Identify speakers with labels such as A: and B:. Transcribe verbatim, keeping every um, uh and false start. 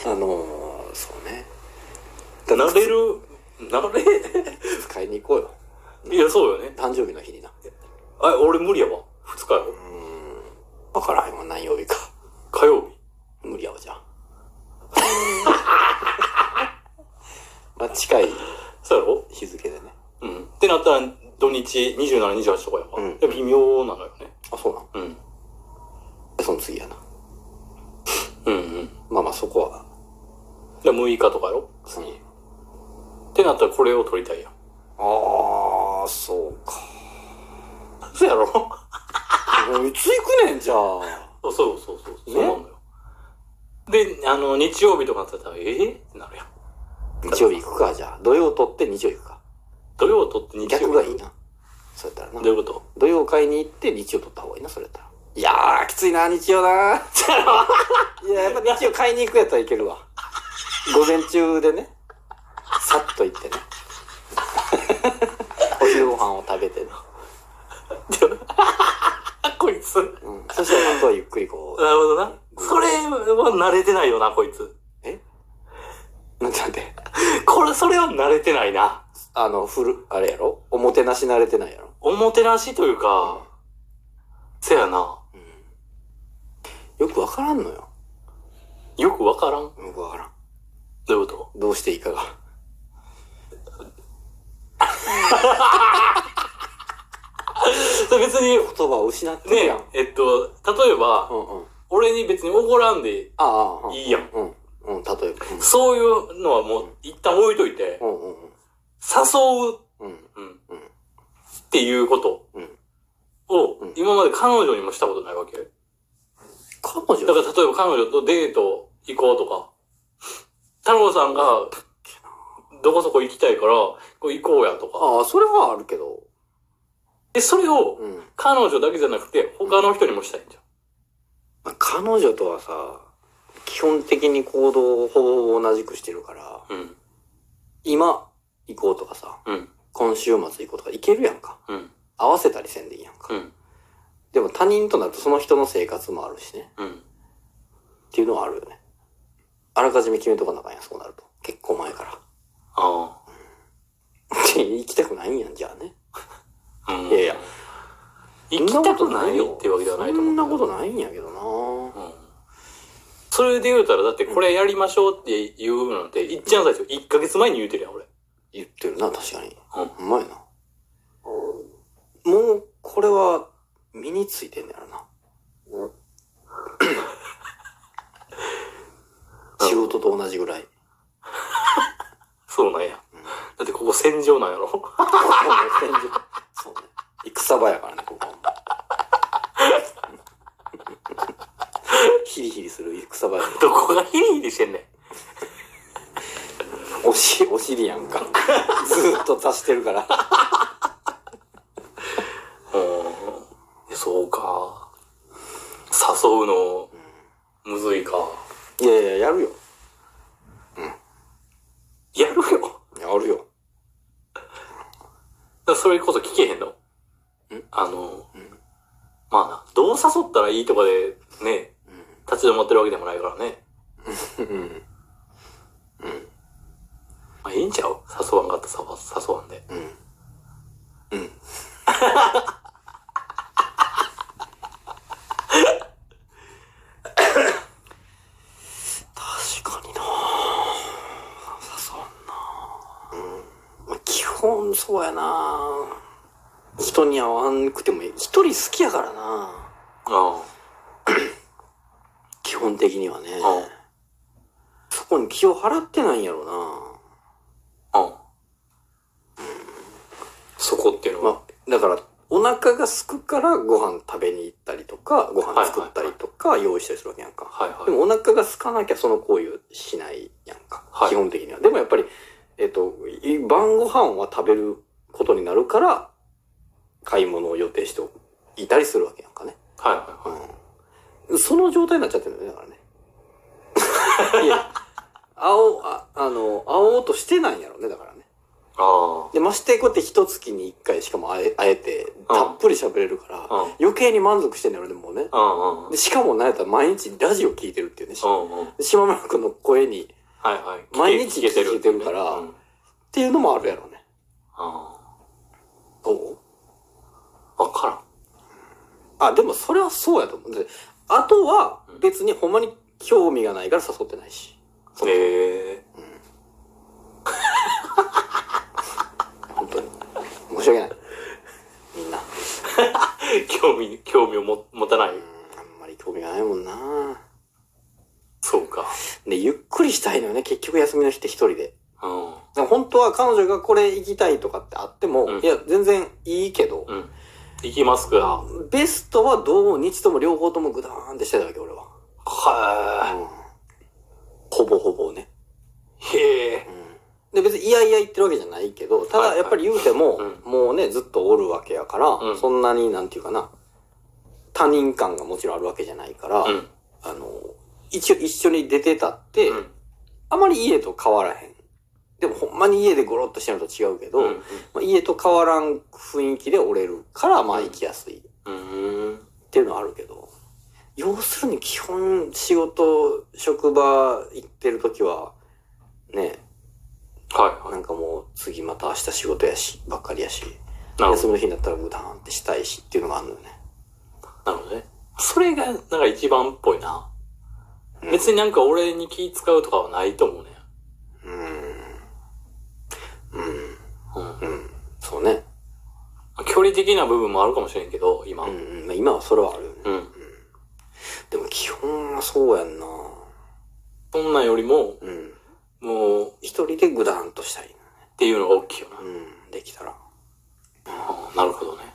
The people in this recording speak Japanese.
A: あのー、そうね。
B: 慣れる、慣れ
A: 買いに行こうよ。
B: いや、そうよね。
A: 誕生日の日にな。
B: あ、俺無理やわ。二日よ。
A: うーん。わからへんわ、何曜日か。
B: 火曜日。
A: 無理やわ、じゃあ。まあ、近い
B: そうやろ
A: 日付でね。
B: うん。ってなったら、土日にじゅうなな、にじゅうはちとかやわ。うん。微妙なのよね。
A: あ、そうなの？
B: うん。
A: で、その次やな。
B: うんうん。
A: まあまあ、そこは。
B: で、むいかとかやろ次。ってなったらこれを取りたいやん。
A: あー、そうか。
B: そうやろ
A: いつ行くねん、じゃあ。
B: そうそうそうそう。そうなんだよ。で、あの、日曜日とかになったら、えぇ、ってなるやん。
A: 日曜日行くか、じゃあ。土曜取って日曜行くか。
B: 土曜取って日曜
A: 逆がいいな。そうやったらな。
B: どういうこと？
A: 土曜買いに行って日曜取った方がいいな、それやったら。いやー、きついな、日曜な。いや、やっぱ日曜買いに行くやったらいけるわ。午前中でね、さっと行ってね。お昼ご飯を食べてね。
B: こいつ。うん。
A: そしたらあとはゆっくりこう。
B: なるほどな。それは慣れてないよな、こいつ。
A: え？なんてなんて。
B: これ、それは慣れてないな。
A: あの、ふる、あれやろ？おもてなし慣れてないやろ？
B: おもてなしというか、うん、せやな、
A: うん。よくわからんのよ。
B: よくわからん？よ
A: くわからん。
B: どういうこと？
A: どうしていいかが。
B: 別に
A: 言葉を失ってるやん。
B: ねえ、えっと、例えば、うんうん、俺に別に怒らんでいいやん。
A: うん、うん、例えば、
B: うん。そういうのはもう一旦置いといて、うんうんうん、誘う、うんうん、っていうことを、うん、今まで彼女にもしたことないわけ。
A: 彼女？
B: だから例えば彼女とデート行こうとか、太郎さんが、どこそこ行きたいから、こう行こうやとか。
A: ああ、それはあるけど。
B: で、それを、彼女だけじゃなくて、他の人にもしたいんじゃん。
A: まあ、彼女とはさ、基本的に行動をほぼほぼ同じくしてるから、うん、今行こうとかさ、うん、今週末行こうとか行けるやんか。うん、合わせたりせんでいいやんか。うん、でも他人となるとその人の生活もあるしね。うん、っていうのはあるよね。あらかじめ決めとかなあかんやん、そうなると。結婚前から。ああ。行きたくないんやん、じゃあね。うん、いやいや。
B: 行きたくないよっていうわけではないと思う。
A: そんなことないんやけどな、うん、
B: それで言うたら、だってこれやりましょうって言うなんて、いっちゃん最初、いっかげつまえに言うてるやん、俺。
A: 言ってるな、確かに。うん、うまいな。もう、これは、身についてんねやろな。うん、仕事と同じぐらい。
B: そうなんや。うん、だってここ戦場なんやろ。
A: 戦場。そうね。戦場やからね、ここ。ヒリヒリする戦場やね。
B: どこがヒリヒリしてんね
A: ん。おし、お尻やんか。ずーっと足してるから。
B: うん。そうか。誘うの、むずいか。
A: いやいや、やるよ。
B: うん。やるよ。
A: やるよ。
B: だそれこそ聞けへんの。んあの、うん、まあな、どう誘ったらいいとかでね、うん、立ち止まってるわけでもないからね。うん。うん。まあいいんちゃう？誘わんかったら誘わんで。うん。うん。
A: 確かにな誘わんな。うん。まあ基本そうやな。人に会わんくてもいい。一人好きやからな。ああ。基本的にはね。ああ。そこに気を払ってないんやろな。ああ。うん。
B: そこっていうのは。
A: まあ、だから、お腹が空くからご飯食べに行ったりとか、ご飯作ったりとか、用意したりするわけやんか。はいはい。でもお腹が空かなきゃその行為をしないやんか。はい。基本的には。でもやっぱり、えっと、晩ご飯は食べることになるから、買い物を予定していたりするわけやんかね。はいはいはい。うん、その状態になっちゃってるんだよね、だからね。いや、会おう、あ、あの、会おうとしてないんやろね、だからね。
B: ああ。
A: で、ましてこうやって一月に一回しかも会え、会えて、たっぷり喋れるから、うん、余計に満足してんだよ、俺でもね。
B: うんうん、
A: で、しかもなんやったら毎日ラジオ聞いてるっていうね。うんうん、島村くんの声に、
B: はいはい。
A: 毎日聞けてるから、うん、っていうのもあるやろね。
B: ああ。
A: どう？
B: わからん。
A: あ、でもそれはそうやと思う。あとは、別にほんまに興味がないから誘ってないし。
B: へえー。うん
A: 本当に。申し訳ない。みんな。
B: 興味、興味をも持たない。うん、
A: あんまり興味がないもんな。
B: そうか。
A: で、ゆっくりしたいのよね、結局休みの日って一人で。
B: うん。
A: 本当は彼女がこれ行きたいとかってあっても、うん、いや、全然いいけど。
B: うん。行きますか。
A: ベストは土日とも両方ともグダーンってしてたわけ、俺は。
B: はぁ、うん。
A: ほぼほぼね。
B: へえ。
A: で、別にいやいや言ってるわけじゃないけど、ただやっぱり言うても、はいはい、もうね、ずっとおるわけやから、うん、そんなになんていうかな、他人感がもちろんあるわけじゃないから、うん、あの、一応一緒に出てたって、うん、あまり家と変わらへん。でもほんまに家でゴロッとしてるのと違うけど、うんうん、まあ、家と変わらん雰囲気で折れるから、まあ行きやすい。
B: うん、
A: っていうのはあるけど、要するに基本仕事、職場行ってる時は、ね、
B: はいはい。
A: なんかもう次また明日仕事やし、ばっかりやし、休みの日になったらグダーンってしたいしっていうのがあるのよね。
B: なるほどね。それがなんか一番っぽいな。うん、別になんか俺に気使うとかはないと思うね。
A: うーん。うん。うん。うん。そうね。
B: 距離的な部分もあるかもしれんけど、今。
A: うん、うん。今はそれはあるよね。
B: うん。うん、
A: でも基本はそうやんな。
B: そんなんよりも、
A: うん。
B: もう、
A: 一人でグダーンとしたい、ね。
B: っていうのが大きいよな。
A: うん、できたら。
B: ああ、なるほどね。